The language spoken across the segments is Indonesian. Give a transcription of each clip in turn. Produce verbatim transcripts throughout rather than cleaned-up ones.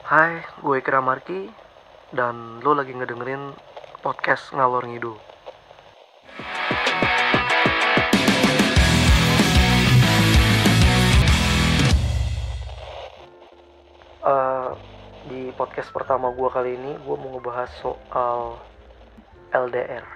Hai, gue Ikra Marki dan lo lagi ngedengerin podcast Ngalor Ngidul. Uh, di podcast pertama gue kali ini, gue mau ngebahas soal L D R.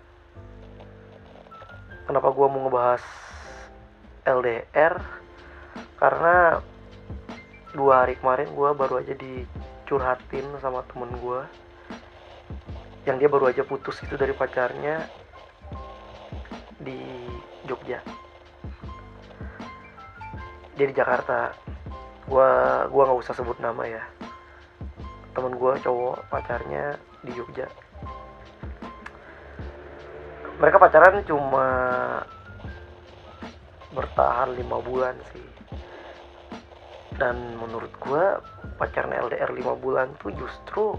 Kenapa gue mau ngebahas L D R? Karena dua hari kemarin gue baru aja dicurhatin sama temen gue yang dia baru aja putus itu dari pacarnya di Jogja. Dia di Jakarta. Gua gua nggak usah sebut nama ya. Temen gue cowok pacarnya di Jogja. Mereka pacaran cuma bertahan lima bulan sih. Dan menurut gue pacaran L D R lima bulan tuh justru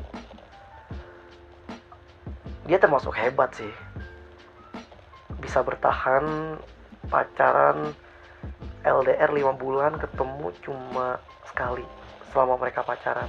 dia termasuk hebat sih. Bisa bertahan pacaran L D R lima bulan, ketemu cuma sekali selama mereka pacaran.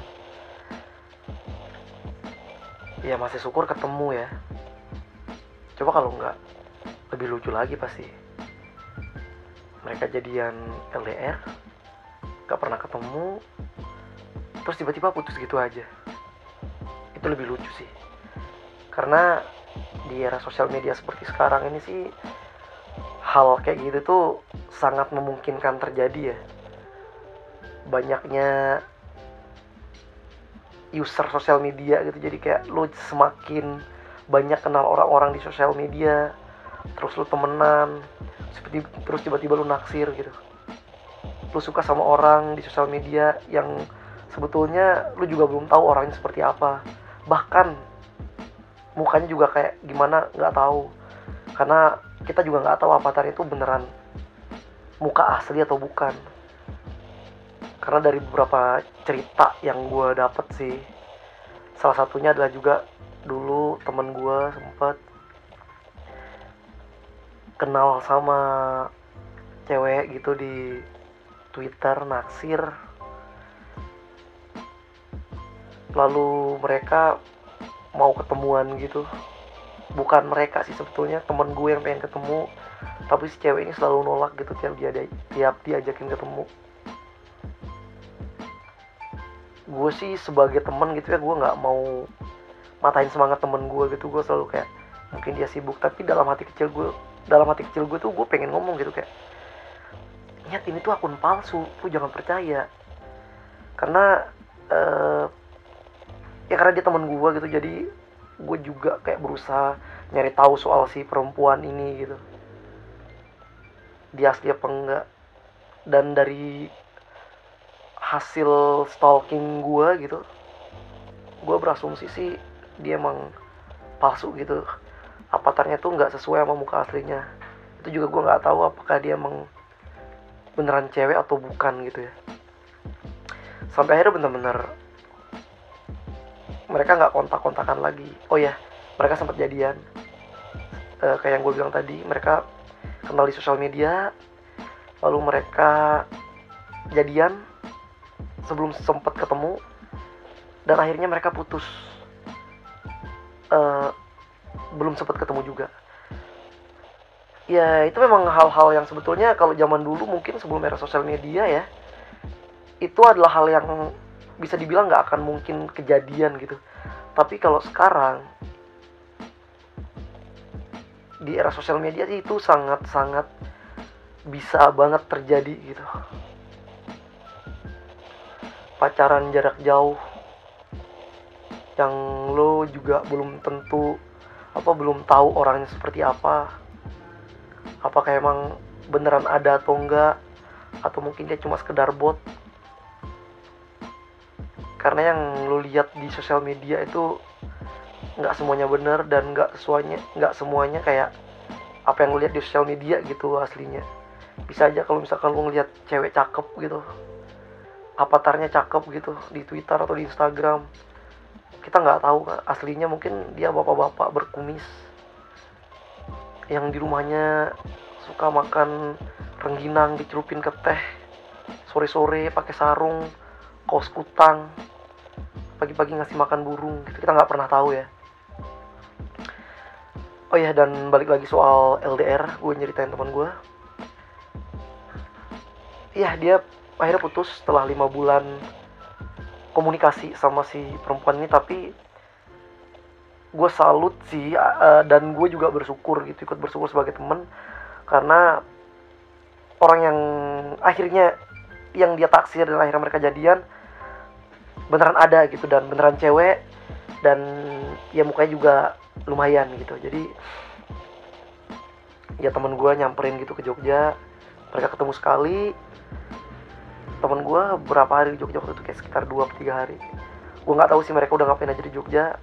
Ya masih syukur ketemu ya. Coba kalau enggak, lebih lucu lagi pasti. Mereka jadian L D R, gak pernah ketemu, terus tiba-tiba putus gitu aja. Itu lebih lucu sih. Karena di era sosial media seperti sekarang ini sih, hal kayak gitu tuh sangat memungkinkan terjadi ya. Banyaknya user sosial media gitu, jadi kayak lu semakin banyak kenal orang-orang di sosial media, terus lu temenan, seperti terus tiba-tiba lu naksir gitu. Lu suka sama orang di sosial media yang sebetulnya lu juga belum tahu orangnya seperti apa, bahkan mukanya juga kayak gimana nggak tahu, karena kita juga nggak tahu avatarnya itu beneran muka asli atau bukan. Karena dari beberapa cerita yang gue dapet sih, salah satunya adalah juga dulu temen gue sempet kenal sama cewek gitu di Twitter, naksir. Lalu mereka mau ketemuan gitu. Bukan mereka sih sebetulnya, temen gue yang pengen ketemu, tapi si cewek ini selalu nolak gitu tiap dia tiap diajakin ketemu. Gue sih sebagai temen gitu ya, gue nggak mau matain semangat temen gue gitu. Gue selalu kayak, mungkin dia sibuk, tapi dalam hati kecil gue dalam hati kecil gue tuh gue pengen ngomong gitu kayak, ingat ini tuh akun palsu, lu jangan percaya. Karena uh, ya karena dia temen gue gitu, jadi gue juga kayak berusaha nyari tahu soal si perempuan ini gitu, dia asli apa enggak. Dan dari hasil stalking gue gitu, gue berasumsi sih dia emang palsu gitu. Avatarnya tuh nggak sesuai sama muka aslinya. Itu juga gue nggak tahu apakah dia emang beneran cewek atau bukan gitu ya. Sampai akhirnya bener-bener mereka nggak kontak-kontakan lagi. Oh ya, mereka sempat jadian. E, kayak yang gue bilang tadi, mereka kenal di sosial media, lalu mereka jadian sebelum sempat ketemu, dan akhirnya mereka putus. E, belum sempat ketemu juga. Ya itu memang hal-hal yang sebetulnya kalau zaman dulu mungkin sebelum era sosial media ya, itu adalah hal yang bisa dibilang gak akan mungkin kejadian gitu. Tapi kalau sekarang di era sosial media sih itu sangat-sangat bisa banget terjadi gitu. Pacaran jarak jauh yang lo juga belum tentu apa belum tahu orangnya seperti apa, apakah emang beneran ada atau enggak, atau mungkin dia cuma sekedar bot. Karena yang lu lihat di sosial media itu nggak semuanya benar, dan nggak semuanya nggak semuanya kayak apa yang lu lihat di sosial media gitu aslinya. Bisa aja kalau misalkan lu ngeliat cewek cakep gitu, avatarnya cakep gitu di Twitter atau di Instagram, kita nggak tahu kan aslinya mungkin dia bapak-bapak berkumis yang di rumahnya suka makan rengginang dicelupin ke teh sore-sore pakai sarung, kaos kutang. pagi-pagi ngasih makan burung gitu, kita nggak pernah tahu ya. Oh ya, dan balik lagi soal L D R, gue nyeritain teman gue. Iya, dia akhirnya putus setelah lima bulan komunikasi sama si perempuan ini. Tapi gue salut sih, uh, dan gue juga bersyukur gitu, ikut bersyukur sebagai teman, karena orang yang akhirnya yang dia taksir dan akhirnya mereka jadian beneran ada gitu, dan beneran cewek, dan ya mukanya juga lumayan gitu. Jadi ya teman gue nyamperin gitu ke Jogja, mereka ketemu sekali. Teman gue berapa hari di Jogja waktu itu, kayak sekitar dua atau tiga hari. Gue nggak tahu sih mereka udah ngapain aja di Jogja.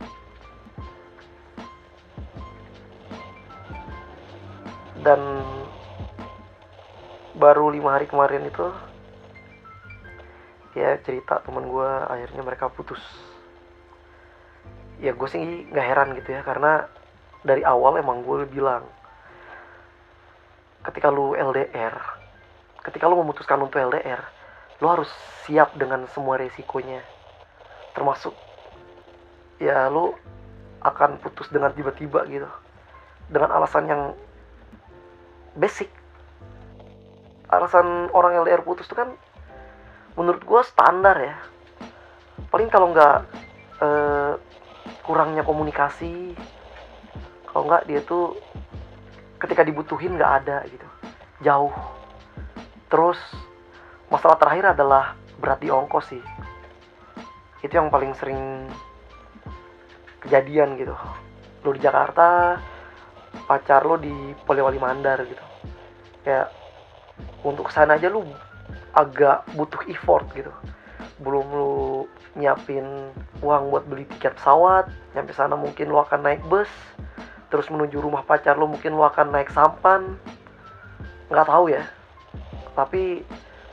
Dan baru lima hari kemarin itu ya cerita teman gue akhirnya mereka putus. Ya gue sih nggak heran gitu ya, karena dari awal emang gue bilang, ketika lu L D R, ketika lu memutuskan untuk L D R, lu harus siap dengan semua resikonya, termasuk ya lu akan putus dengan tiba-tiba gitu, dengan alasan yang basic. Alasan orang L D R putus itu kan menurut gue standar ya, paling kalau nggak eh, kurangnya komunikasi, kalau nggak dia tuh ketika dibutuhin nggak ada gitu, jauh. Terus masalah terakhir adalah berat di ongkos sih, itu yang paling sering kejadian gitu. Lo di Jakarta, pacar lo di Polewali Mandar gitu, kayak untuk kesana aja lu agak butuh effort gitu. Belum lu nyiapin uang buat beli tiket pesawat, nyampe sana mungkin lu akan naik bus, terus menuju rumah pacar lu mungkin lu akan naik sampan, nggak tahu ya. Tapi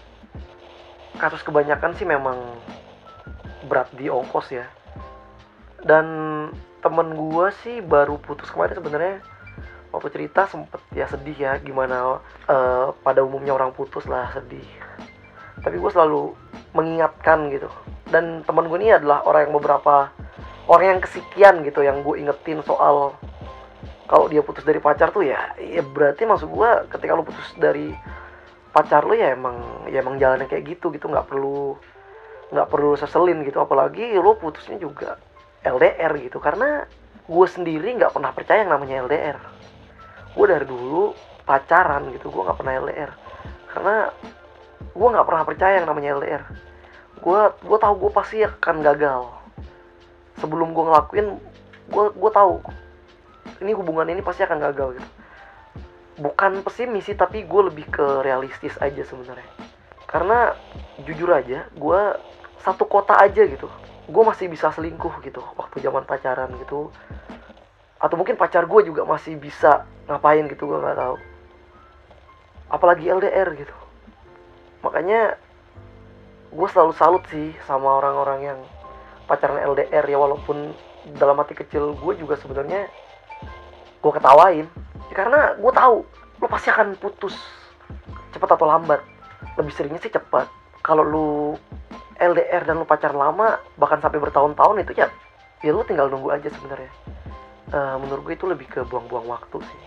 kasus kebanyakan sih memang berat di ongkos ya. Dan temen gua sih baru putus kemarin sebenarnya. Waktu cerita sempet ya sedih ya, gimana uh, pada umumnya orang putus lah sedih. Tapi gue selalu mengingatkan gitu. Dan teman gue ini adalah orang yang beberapa orang yang kesekian gitu yang gue ingetin soal kalau dia putus dari pacar tuh ya, ya berarti maksud gue ketika lo putus dari pacar lo ya emang ya emang jalannya kayak gitu gitu, nggak perlu nggak perlu seselin gitu. Apalagi lo putusnya juga L D R gitu, karena gue sendiri nggak pernah percaya yang namanya L D R. Gue dari dulu pacaran gitu, gue nggak pernah L D R, karena gue nggak pernah percaya yang namanya L D R. Gue gue tahu gue pasti akan gagal. Sebelum gue ngelakuin, gue gue tahu ini hubungan ini pasti akan gagal gitu. Bukan pesimis sih, tapi gue lebih ke realistis aja sebenarnya. Karena jujur aja, gue satu kota aja gitu, gue masih bisa selingkuh gitu waktu zaman pacaran gitu. Atau mungkin pacar gue juga masih bisa ngapain gitu, gue nggak tahu. Apalagi L D R gitu. Makanya gue selalu salut sih sama orang-orang yang pacaran L D R ya, walaupun dalam hati kecil gue juga sebenarnya gue ketawain ya, karena gue tahu lo pasti akan putus cepat atau lambat. Lebih seringnya sih cepat. Kalau lu L D R dan lu pacaran lama bahkan sampai bertahun-tahun, itu ya ya lu tinggal nunggu aja sebenarnya. Uh, menurut gue itu lebih ke buang-buang waktu sih.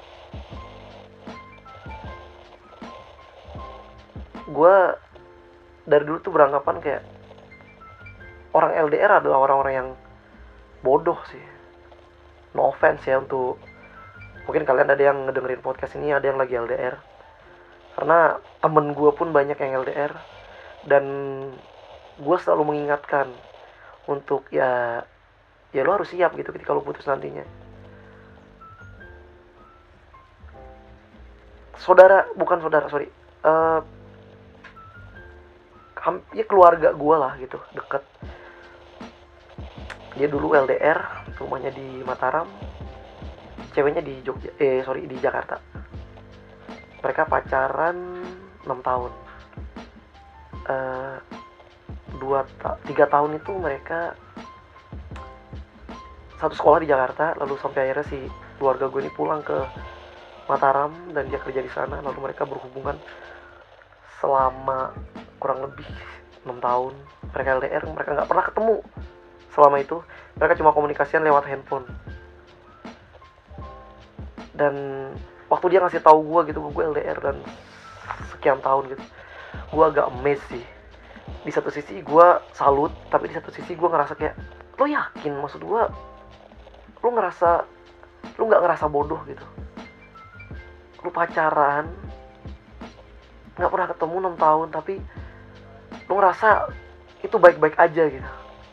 Gue dari dulu tuh beranggapan kayak orang L D R adalah orang-orang yang bodoh sih. No offense ya untuk mungkin kalian ada yang ngedengerin podcast ini, ada yang lagi L D R. Karena temen gue pun banyak yang L D R, dan gue selalu mengingatkan untuk ya ya lo harus siap gitu ketika lo putus nantinya. Saudara, bukan saudara, sorry. Uh, ya keluarga gue lah gitu, deket. Dia dulu L D R, rumahnya di Mataram, ceweknya di Jogja, eh sorry di Jakarta. Mereka pacaran enam tahun. Uh, dua ta- tiga tahun itu mereka satu sekolah di Jakarta, lalu sampai akhirnya si keluarga gue ini pulang ke Mataram dan dia kerja di sana, lalu mereka berhubungan selama kurang lebih enam tahun. Mereka L D R, mereka nggak pernah ketemu selama itu mereka cuma komunikasian lewat handphone. Dan waktu dia ngasih tahu gue gitu, gue L D R dan sekian tahun gitu, gue agak amazed sih. Di satu sisi gue salut, tapi di satu sisi gue ngerasa kayak, lo yakin? Maksud gue, lo ngerasa, lo nggak ngerasa bodoh gitu? Lo pacaran, nggak pernah ketemu enam tahun, tapi lo ngerasa itu baik-baik aja gitu.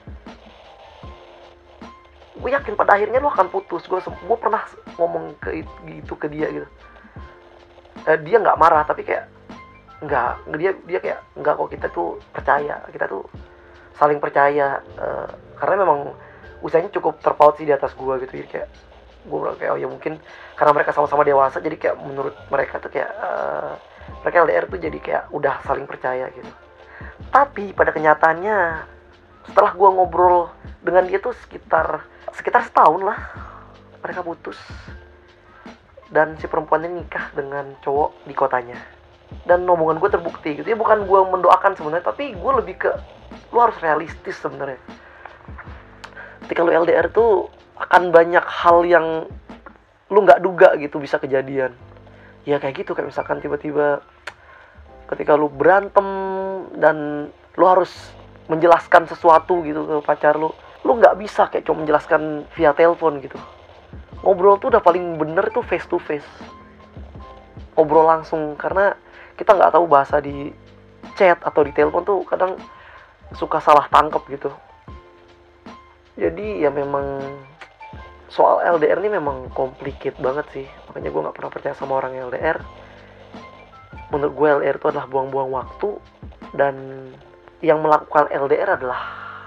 Gue yakin pada akhirnya lo akan putus. Gue gue pernah ngomong ke gitu ke dia gitu. Eh, dia nggak marah, tapi kayak nggak, dia dia kayak nggak kok, kita tuh percaya, kita tuh saling percaya. Uh, karena memang usianya cukup terpaut sih di atas gue gitu. Jadi kayak gue bilang kayak, oh ya mungkin karena mereka sama-sama dewasa, jadi kayak menurut mereka tuh kayak uh, mereka L D R tuh jadi kayak udah saling percaya gitu. Tapi pada kenyataannya setelah gue ngobrol dengan dia tuh sekitar sekitar setahun lah, mereka putus. Dan si perempuannya nikah dengan cowok di kotanya. Dan omongan gue terbukti gitu ya. Bukan gue mendoakan sebenarnya, tapi gue lebih ke, lu harus realistis sebenarnya. Ketika lu L D R tuh akan banyak hal yang lu nggak duga gitu bisa kejadian. Ya kayak gitu, kayak misalkan tiba-tiba ketika lu berantem dan lu harus menjelaskan sesuatu gitu ke pacar lu, lu nggak bisa kayak cuma menjelaskan via telepon gitu. Ngobrol tuh udah paling bener tuh face to face, ngobrol langsung. Karena kita nggak tahu bahasa di chat atau di telepon tuh kadang suka salah tangkep gitu. Jadi ya memang soal L D R ini memang complicated banget sih. Makanya gue nggak pernah percaya sama orang L D R. Menurut gue L D R itu adalah buang-buang waktu. Dan yang melakukan L D R adalah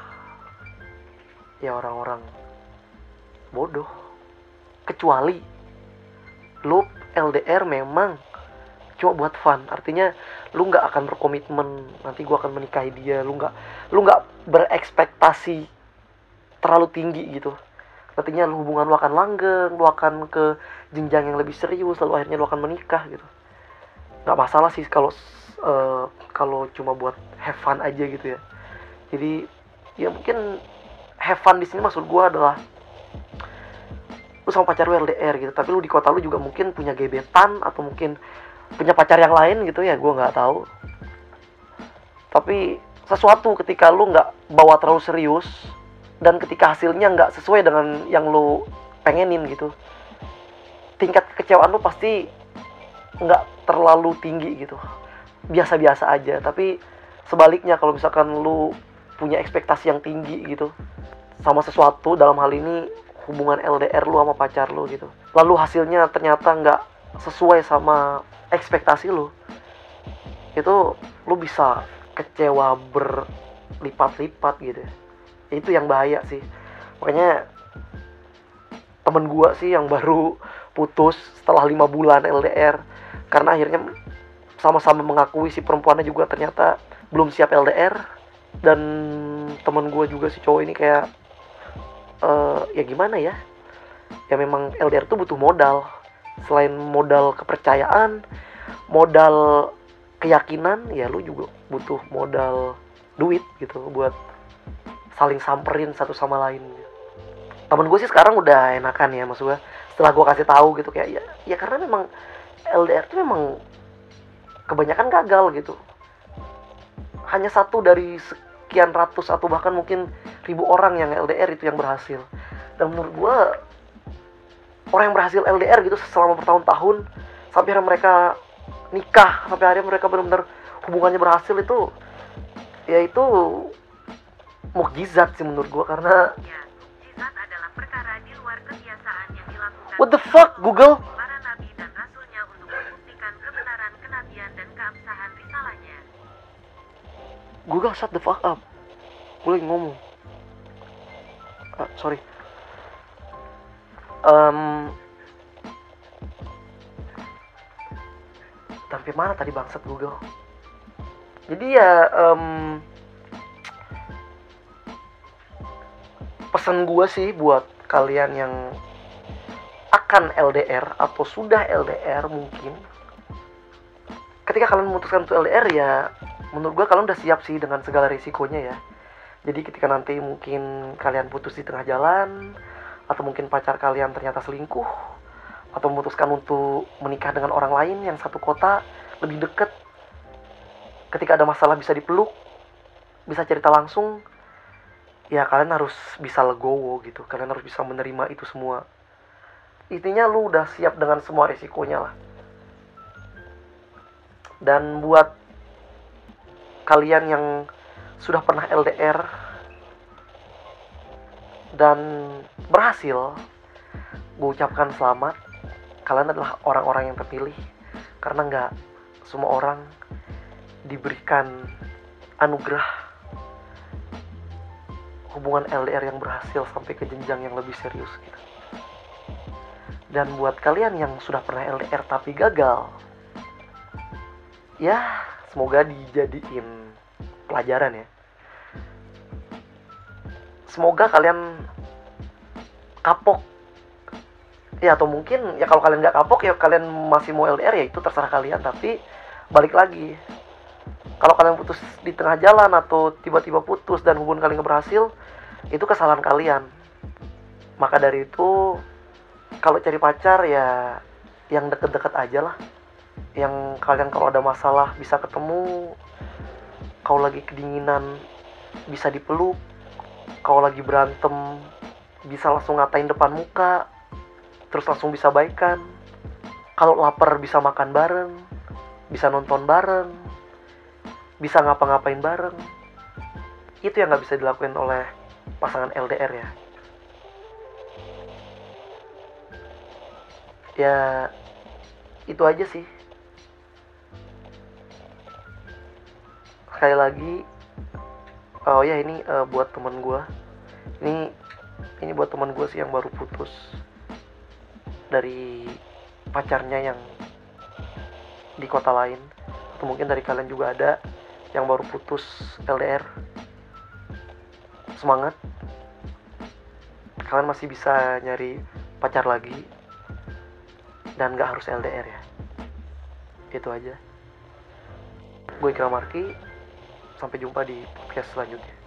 ya orang-orang bodoh. Kecuali lu L D R memang cuma buat fun, artinya lu nggak akan berkomitmen nanti gue akan menikahi dia. Lu nggak lu nggak berekspektasi terlalu tinggi gitu. Artinya lu hubungan lu akan langgeng, lu akan ke jenjang yang lebih serius, lalu akhirnya lu akan menikah gitu. Nggak masalah sih kalau uh, kalau cuma buat have fun aja gitu ya. Jadi ya mungkin have fun di sini maksud gue adalah lu sama pacar lu L D R gitu, tapi lu di kota lu juga mungkin punya gebetan atau mungkin punya pacar yang lain gitu ya, gue nggak tahu. Tapi sesuatu ketika lu nggak bawa terlalu serius dan ketika hasilnya nggak sesuai dengan yang lu pengenin gitu, tingkat kekecewaan lu pasti nggak terlalu tinggi gitu, biasa-biasa aja. Tapi sebaliknya kalau misalkan lu punya ekspektasi yang tinggi gitu sama sesuatu, dalam hal ini hubungan L D R lu sama pacar lu gitu, lalu hasilnya ternyata nggak sesuai sama ekspektasi lu, itu lu bisa kecewa berlipat-lipat gitu. Itu yang bahaya sih. Makanya temen gua sih yang baru putus setelah lima bulan L D R, karena akhirnya sama-sama mengakui si perempuannya juga ternyata belum siap L D R. Dan temen gua juga si cowok ini kayak uh, ya gimana ya, ya memang L D R tuh butuh modal. Selain modal kepercayaan, modal keyakinan, ya lu juga butuh modal duit gitu buat saling samperin satu sama lain. Temen gue sih sekarang udah enakan ya, maksud gue setelah gue kasih tahu gitu kayak ya, ya karena memang L D R itu memang kebanyakan gagal gitu. Hanya satu dari sekian ratus atau bahkan mungkin ribu orang yang L D R itu yang berhasil. Dan menurut gue orang yang berhasil L D R gitu selama bertahun-tahun sampai akhirnya mereka nikah, sampai akhirnya mereka benar-benar hubungannya berhasil, itu ya itu mukjizat sih menurut gue. Karena ya, mukjizat adalah perkara di luar kebiasaan yang dilakukan what the fuck Google para nabi dan rasulnya untuk membuktikan kebenaran kenabian dan keabsahan risalahnya. Google shut the fuck up, gue lagi ngomong. ah, sorry Um, sampai mana tadi bangsat Google? Jadi ya um, pesan gue sih buat kalian yang akan L D R atau sudah L D R mungkin, ketika kalian memutuskan untuk L D R ya menurut gue kalian udah siap sih dengan segala risikonya ya. Jadi ketika nanti mungkin kalian putus di tengah jalan, atau mungkin pacar kalian ternyata selingkuh, atau memutuskan untuk menikah dengan orang lain yang satu kota, lebih dekat, ketika ada masalah bisa dipeluk, bisa cerita langsung, ya kalian harus bisa legowo gitu. Kalian harus bisa menerima itu semua. Intinya lu udah siap dengan semua resikonya lah. Dan buat kalian yang sudah pernah L D R dan berhasil, gue ucapkan selamat. Kalian adalah orang-orang yang terpilih, karena nggak semua orang diberikan anugerah hubungan L D R yang berhasil sampai ke jenjang yang lebih serius gitu. Dan buat kalian yang sudah pernah L D R tapi gagal, ya semoga dijadiin pelajaran ya. Semoga kalian kapok. Ya atau mungkin ya kalau kalian nggak kapok ya kalian masih mau L D R, ya itu terserah kalian. Tapi balik lagi, kalau kalian putus di tengah jalan atau tiba-tiba putus dan hubungan kalian nggak berhasil, itu kesalahan kalian. Maka dari itu, kalau cari pacar ya yang deket-deket aja lah. Yang kalian kalau ada masalah bisa ketemu. Kalau lagi kedinginan bisa dipeluk. Kalau lagi berantem bisa langsung ngatain depan muka, terus langsung bisa baikan. Kalau lapar bisa makan bareng, bisa nonton bareng, bisa ngapa-ngapain bareng. Itu yang gak bisa dilakuin oleh pasangan L D R ya. Ya itu aja sih. Sekali lagi, oh ya ini uh, buat teman gue. Ini ini buat teman gue sih yang baru putus dari pacarnya yang di kota lain, atau mungkin dari kalian juga ada yang baru putus L D R. Semangat, kalian masih bisa nyari pacar lagi dan gak harus L D R ya. Itu aja. Gue Ikram Marki, sampai jumpa di podcast selanjutnya.